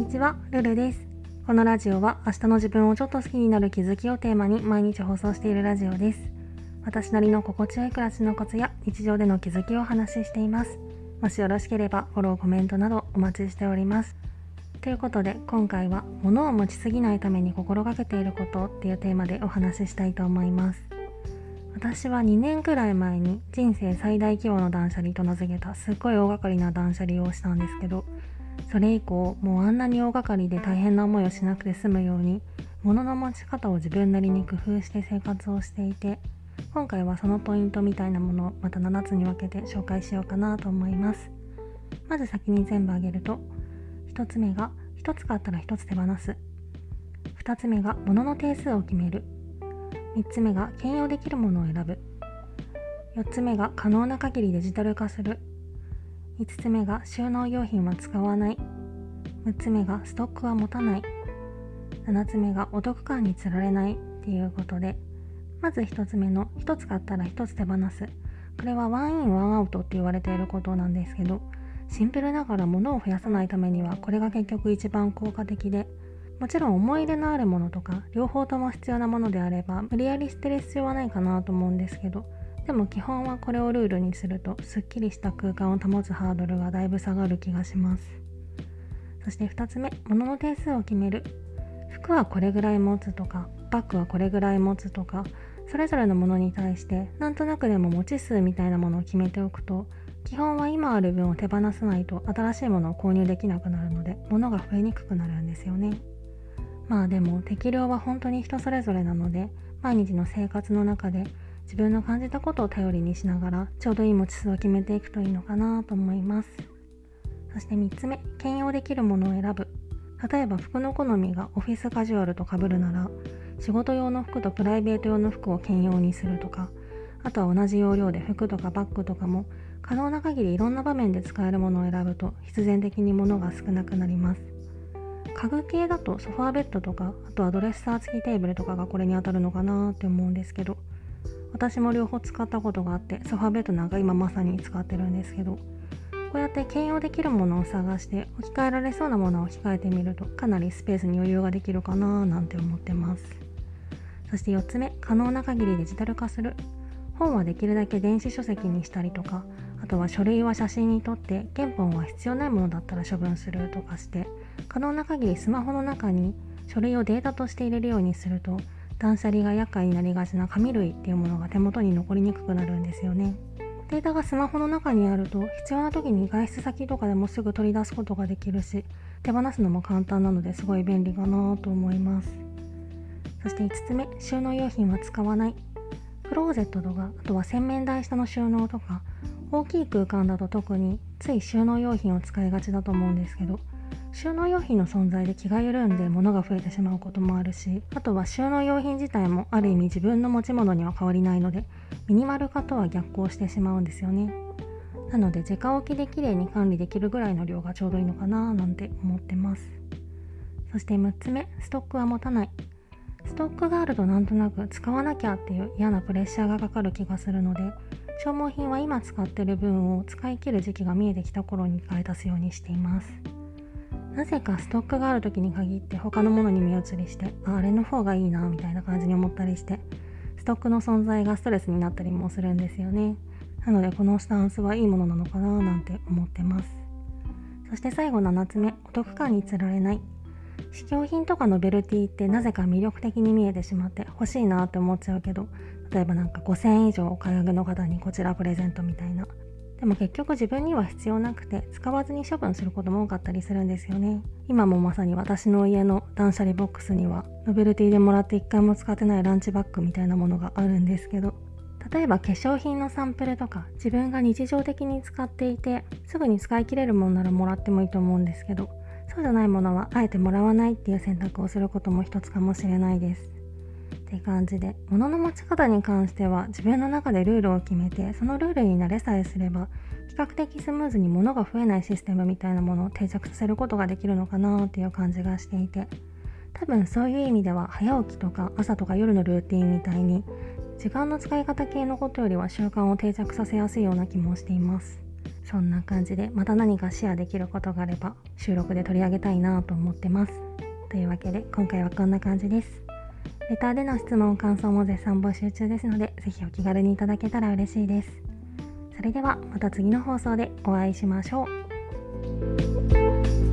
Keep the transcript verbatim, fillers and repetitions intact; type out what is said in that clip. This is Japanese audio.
ちは、ルルです。このラジオは明日の自分をちょっと好きになる気づきをテーマに毎日放送しているラジオです。私なりの心地よい暮らしのコツや日常での気づきをお話ししています。もしよろしければフォロー、コメントなどお待ちしております。ということで今回は物を持ちすぎないために心がけていることっていうテーマでお話ししたいと思います。私はにねんくらい前に人生最大規模の断捨離と名付けたすっごい大掛かりな断捨離をしたんですけど、それ以降もうあんなに大掛かりで大変な思いをしなくて済むように物の持ち方を自分なりに工夫して生活をしていて、今回はそのポイントみたいなものをまたななつに分けて紹介しようかなと思います。まず先に全部挙げると、ひとつめがひとつ買ったらひとつ手放す、ふたつめが物の定数を決める、みっつめが兼用できるものを選ぶ、よっつめが可能な限りデジタル化する、いつつめが収納用品は使わない、むっつめがストックは持たない、ななつめがお得感につられないっていうことで、まずひとつめのひとつ買ったらひとつ手放す、これはワンインワンアウトって言われていることなんですけど、シンプルながら物を増やさないためにはこれが結局一番効果的で、もちろん思い入れのあるものとか両方とも必要なものであれば無理やり捨てる必要はないかなと思うんですけど、でも基本はこれをルールにするとすっきりした空間を保つハードルがだいぶ下がる気がします。そしてふたつめ、物の定数を決める。服はこれぐらい持つとか、バッグはこれぐらい持つとか、それぞれのものに対してなんとなくでも持ち数みたいなものを決めておくと、基本は今ある分を手放さないと新しいものを購入できなくなるので物が増えにくくなるんですよね。まあでも適量は本当に人それぞれなので、毎日の生活の中で自分の感じたことを頼りにしながらちょうどいい持ち数を決めていくといいのかなと思います。そしてみっつめ、兼用できるものを選ぶ。例えば服の好みがオフィスカジュアルと被るなら、仕事用の服とプライベート用の服を兼用にするとか、あとは同じ要領で服とかバッグとかも可能な限りいろんな場面で使えるものを選ぶと必然的に物が少なくなります。家具系だとソファーベッドとか、あとはドレッサー付きテーブルとかがこれに当たるのかなって思うんですけど、私も両方使ったことがあって、ソファーベッドなんか今まさに使ってるんですけど、こうやって兼用できるものを探して置き換えられそうなものを置き換えてみるとかなりスペースに余裕ができるかななんて思ってます。そしてよっつめ、可能な限りデジタル化する。本はできるだけ電子書籍にしたりとか、あとは書類は写真に撮って原本は必要ないものだったら処分するとかして、可能な限りスマホの中に書類をデータとして入れるようにすると、断捨離が厄介になりがちな紙類っていうものが手元に残りにくくなるんですよね。データがスマホの中にあると必要な時に外出先とかでもすぐ取り出すことができるし、手放すのも簡単なのですごい便利かなと思います。そしていつつめ、収納用品は使わない。クローゼットとか、あとは洗面台下の収納とか、大きい空間だと特につい収納用品を使いがちだと思うんですけど、収納用品の存在で気が緩んで物が増えてしまうこともあるし、あとは収納用品自体もある意味自分の持ち物には変わりないので、ミニマル化とは逆行してしまうんですよね。なので直置きできれいに管理できるぐらいの量がちょうどいいのかななんて思ってます。そしてむっつめ、ストックは持たない。ストックがあるとなんとなく使わなきゃっていう嫌なプレッシャーがかかる気がするので、消耗品は今使ってる分を使い切る時期が見えてきた頃に買い足すようにしています。なぜかストックがある時に限って他のものに目移りして、あ、あれの方がいいなみたいな感じに思ったりして、ストックの存在がストレスになったりもするんですよね。なのでこのスタンスはいいものなのかななんて思ってます。そして最後ななつめ、お得感につられない。試供品とかのベルティーってなぜか魅力的に見えてしまって欲しいなって思っちゃうけど、例えばなんかごせんえん以上お買い上げの方にこちらプレゼントみたいな。でも結局自分には必要なくて使わずに処分することも多かったりするんですよね。今もまさに私の家の断捨離ボックスにはノベルティでもらっていっかいも使ってないランチバッグみたいなものがあるんですけど、例えば化粧品のサンプルとか自分が日常的に使っていてすぐに使い切れるものならもらってもいいと思うんですけど、そうじゃないものはあえてもらわないっていう選択をすることも一つかもしれないです。って感じで、物の持ち方に関しては自分の中でルールを決めて、そのルールに慣れさえすれば比較的スムーズに物が増えないシステムみたいなものを定着させることができるのかなっていう感じがしていて、多分そういう意味では早起きとか朝とか夜のルーティンみたいに時間の使い方系のことよりは習慣を定着させやすいような気もしています。 そんな感じでまた何かシェアできることがあれば収録で取り上げたいなと思ってます。というわけで今回はこんな感じです。レターでの質問感想も絶賛募集中ですので、ぜひお気軽にいただけたら嬉しいです。それではまた次の放送でお会いしましょう。